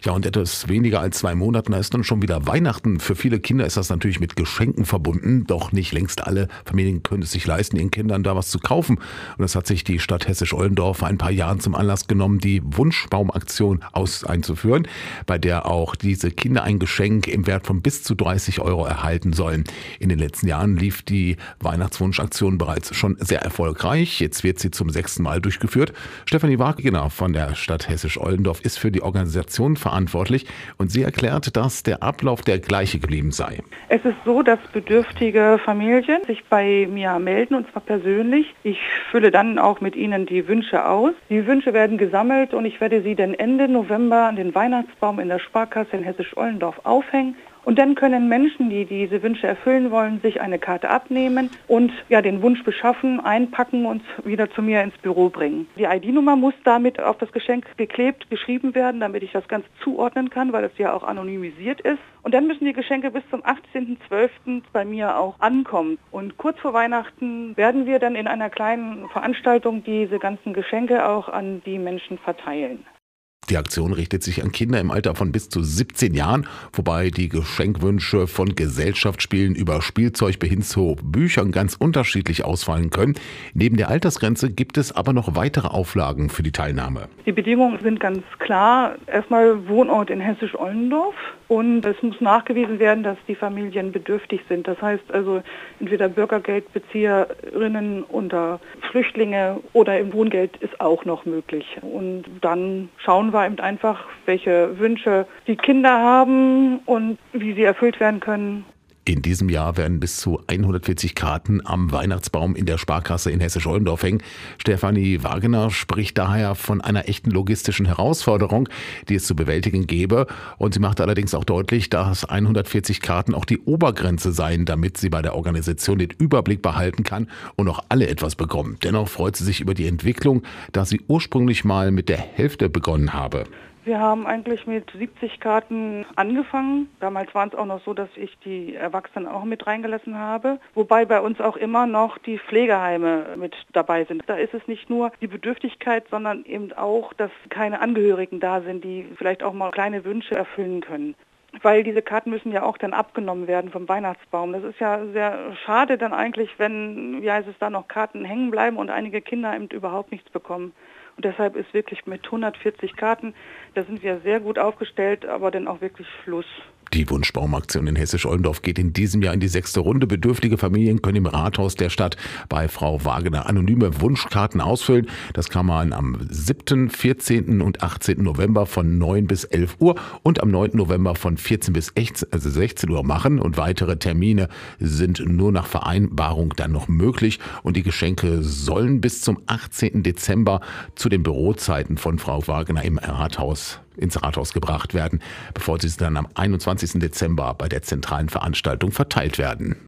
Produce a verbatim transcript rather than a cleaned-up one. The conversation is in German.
Ja, und etwas weniger als zwei Monaten, da ist dann schon wieder Weihnachten. Für viele Kinder ist das natürlich mit Geschenken verbunden. Doch nicht längst alle Familien können es sich leisten, ihren Kindern da was zu kaufen. Und das hat sich die Stadt Hessisch-Ollendorf vor ein paar Jahren zum Anlass genommen, die Wunschbaumaktion aus einzuführen, bei der auch diese Kinder ein Geschenk im Wert von bis zu dreißig Euro erhalten sollen. In den letzten Jahren lief die Weihnachtswunschaktion bereits schon sehr erfolgreich. Jetzt wird sie zum sechsten Mal durchgeführt. Stefanie Wagner von der Stadt Hessisch-Ollendorf ist für die Organisation verantwortlich und sie erklärt, dass der Ablauf der gleiche geblieben sei. Es ist so, dass bedürftige Familien sich bei mir melden, und zwar persönlich. Ich fülle dann auch mit ihnen die Wünsche aus. Die Wünsche werden gesammelt und ich werde sie dann Ende November an den Weihnachtsbaum in der Sparkasse in Hessisch-Ollendorf aufhängen. Und dann können Menschen, die diese Wünsche erfüllen wollen, sich eine Karte abnehmen und ja, den Wunsch beschaffen, einpacken und wieder zu mir ins Büro bringen. Die I D-Nummer muss damit auf das Geschenk geklebt, geschrieben werden, damit ich das Ganze zuordnen kann, weil es ja auch anonymisiert ist. Und dann müssen die Geschenke bis zum achtzehnten zwölften bei mir auch ankommen. Und kurz vor Weihnachten werden wir dann in einer kleinen Veranstaltung diese ganzen Geschenke auch an die Menschen verteilen. Die Aktion richtet sich an Kinder im Alter von bis zu siebzehn Jahren, wobei die Geschenkwünsche von Gesellschaftsspielen über Spielzeug bis hin zu Büchern ganz unterschiedlich ausfallen können. Neben der Altersgrenze gibt es aber noch weitere Auflagen für die Teilnahme. Die Bedingungen sind ganz klar. Erstmal Wohnort in Hessisch-Ollendorf und es muss nachgewiesen werden, dass die Familien bedürftig sind. Das heißt also entweder Bürgergeldbezieherinnen oder Flüchtlinge oder im Wohngeld ist auch noch möglich. Und dann schauen wir eben einfach, welche Wünsche die Kinder haben und wie sie erfüllt werden können. In diesem Jahr werden bis zu hundertvierzig Karten am Weihnachtsbaum in der Sparkasse in Hessisch-Ollendorf hängen. Stefanie Wagner spricht daher von einer echten logistischen Herausforderung, die es zu bewältigen gäbe. Und sie macht allerdings auch deutlich, dass hundertvierzig Karten auch die Obergrenze seien, damit sie bei der Organisation den Überblick behalten kann und auch alle etwas bekommen. Dennoch freut sie sich über die Entwicklung, da sie ursprünglich mal mit der Hälfte begonnen habe. Wir haben eigentlich mit siebzig Karten angefangen. Damals war es auch noch so, dass ich die Erwachsenen auch mit reingelassen habe. Wobei bei uns auch immer noch die Pflegeheime mit dabei sind. Da ist es nicht nur die Bedürftigkeit, sondern eben auch, dass keine Angehörigen da sind, die vielleicht auch mal kleine Wünsche erfüllen können. Weil diese Karten müssen ja auch dann abgenommen werden vom Weihnachtsbaum. Das ist ja sehr schade dann eigentlich, wenn, wie heißt es, da noch Karten hängen bleiben und einige Kinder eben überhaupt nichts bekommen. Und deshalb ist wirklich mit hundertvierzig Karten, da sind wir sehr gut aufgestellt, aber dann auch wirklich Schluss. Die Wunschbaumaktion in Hessisch-Ollendorf geht in diesem Jahr in die sechste Runde. Bedürftige Familien können im Rathaus der Stadt bei Frau Wagner anonyme Wunschkarten ausfüllen. Das kann man am siebten, vierzehnten und achtzehnten November von neun bis elf Uhr und am neunten November von vierzehn bis sechzehn Uhr machen. Und weitere Termine sind nur nach Vereinbarung dann noch möglich. Und die Geschenke sollen bis zum achtzehnten Dezember zu den Bürozeiten von Frau Wagner im Rathaus ins Rathaus gebracht werden, bevor sie dann am einundzwanzigsten Dezember bei der zentralen Veranstaltung verteilt werden.